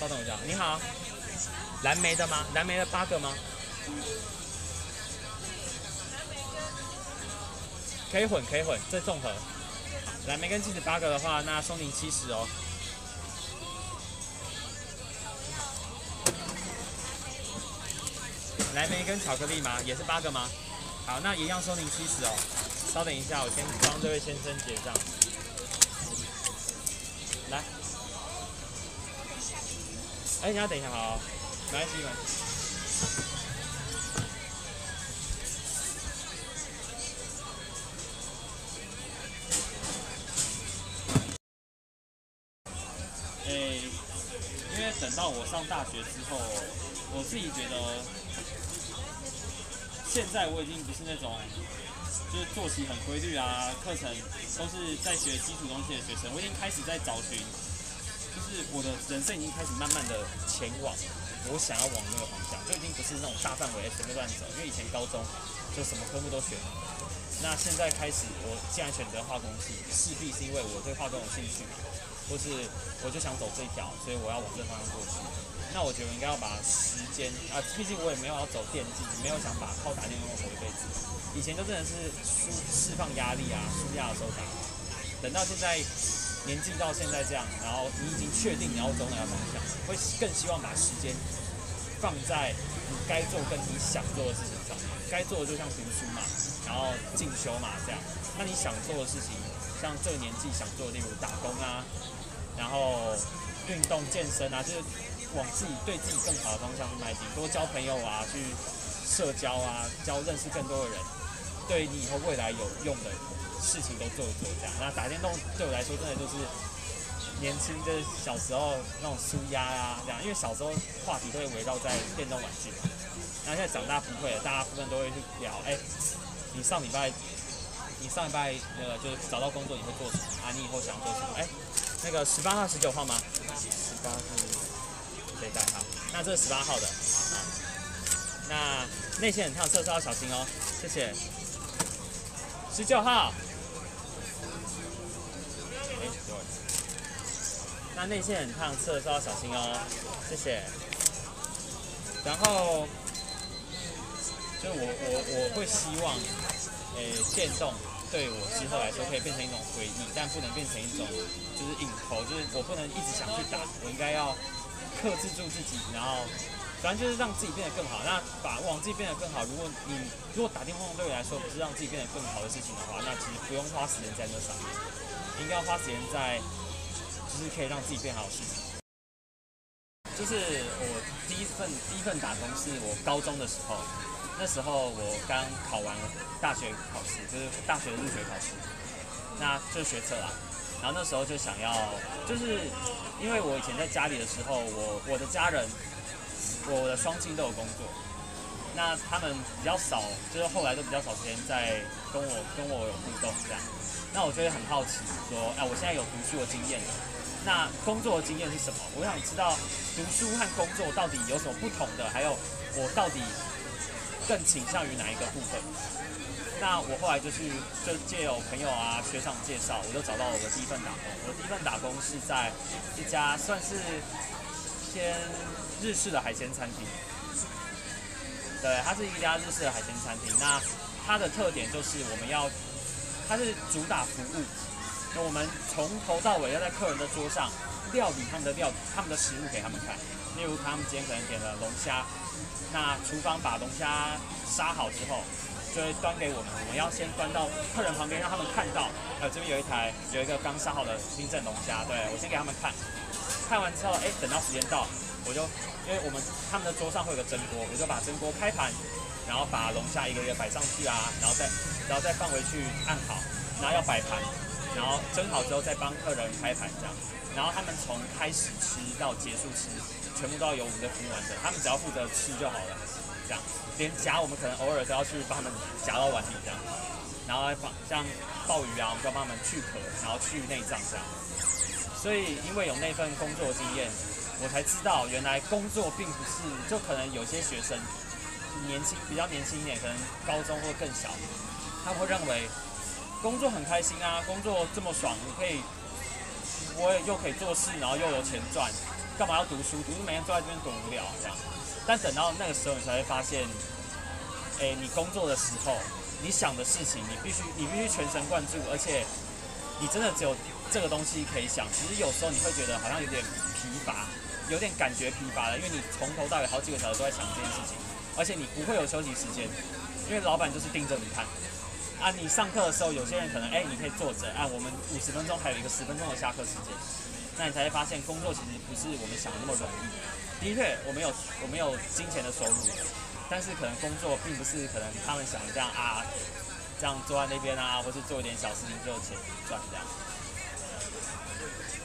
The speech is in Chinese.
稍等一下。你好，蓝莓的吗？蓝莓的8个吗？可以混，可以混，这综合。蓝莓跟鸡子8个的话，那松饼70哦。蓝莓跟巧克力吗？也是8个吗？好，那一样松饼70哦。稍等一下，我先帮这位先生结账。来，哎，你要等一下，好，没关系，没关系。因为等到我上大学之后，我自己觉得，现在我已经不是那种就是作息很规律啊，课程都是在学基础东西的学生，我已经开始在找寻，就是我的人生已经开始慢慢的前往我想要往那个方向，就已经不是那种大范围随便乱走，因为以前高中就什么科目都选。那现在开始，我既然选择化工系，势必是因为我对化工有兴趣，或是我就想走这一条，所以我要往这方向过去。那我觉得我应该要把时间啊，毕竟我也没有要走电竞，没有想把靠打电动活一辈子。以前就真的是释放压力啊，舒压的时候打。等到现在年纪到现在这样，然后你已经确定你要走哪个方向，会更希望把时间放在你该做跟你想做的事情上。该做的就像读书嘛，然后进修嘛这样。那你想做的事情，像这个年纪想做的，例如打工啊，然后运动健身啊，就是往自己对自己更好的方向去迈进，多交朋友啊，去社交啊，认识更多的人，对你以后未来有用的事情都做一做这样。那打电动对我来说真的就是年轻就是小时候那种舒压啊这样，因为小时候话题都会围绕在电动玩具嘛。那现在长大不会了，大家部分都会去聊，你上礼拜那个就是找到工作你会做什么啊？你以后想做什么？那个18号、19号吗？18是谁带？好，那这是18号的。好，那内线很烫，测试要小心哦，谢谢。19号，那内线很烫，测试要小心哦，谢谢。然后。就我会希望，电动对我之后来说可以变成一种回忆，但不能变成一种就是瘾头，就是我不能一直想去打，我应该要克制住自己，然后反正就是让自己变得更好。那往自己变得更好，如果打电动对我来说不是让自己变得更好的事情的话，那其实不用花时间在那上面，应该要花时间在就是可以让自己变好的事情。就是我第一份打工是我高中的时候。那时候我刚考完大学考试，就是大学的入学考试，那就是学测啦。然后那时候就想要，就是因为我以前在家里的时候，我的家人，我的双亲都有工作，那他们比较少，就是后来都比较少时间在跟我有互动这样。那我就会很好奇说，我现在有读书的经验了，那工作的经验是什么？我想知道读书和工作到底有什么不同的，还有我到底更倾向于哪一个部分？那我后来就借由朋友啊、学长介绍，我就找到我的第一份打工。我的第一份打工是在一家算是偏日式的海鲜餐厅。对，它是一家日式的海鲜餐厅。那它的特点就是它是主打服务。那我们从头到尾要在客人的桌上料理他们的食物给他们看。例如他们今天可能点了龙虾。那厨房把龙虾杀好之后，就会端给我们。我们要先端到客人旁边，让他们看到，这边有一个刚杀好的冰镇龙虾，对，我先给他们看。看完之后，等到时间到，因为他们的桌上会有个蒸锅，我就把蒸锅开盘，然后把龙虾一个一个摆上去啊，然后再放回去按好，然后要摆盘，然后蒸好之后再帮客人开盘这样。然后他们从开始吃到结束吃。全部都要由我们的服务完成，他们只要负责吃就好了，这样。连夹我们可能偶尔都要去帮他们夹到碗里这样，然后像鲍鱼啊，我们就要帮他们去壳，然后去内脏这样。所以因为有那份工作经验，我才知道原来工作并不是，就可能有些学生比较年轻一点，可能高中或更小，他们会认为工作很开心啊，工作这么爽，你可以我也又可以做事，然后又有钱赚，干嘛要读书？读书每天坐在这边多无聊这样。但等到那个时候，你才会发现，你工作的时候，你想的事情，你必须全神贯注，而且你真的只有这个东西可以想。其实有时候你会觉得好像有点疲乏，有点感觉疲乏了，因为你从头到尾好几个小时都在想这件事情，而且你不会有休息时间，因为老板就是盯着你看。啊，你上课的时候，有些人可能你可以坐着，我们50分钟还有一个10分钟的下课时间，那你才会发现工作其实不是我们想的那么容易。的确，我们有金钱的收入，但是可能工作并不是可能他们想的这样这样坐在那边或是做一点小事情就有钱赚这样。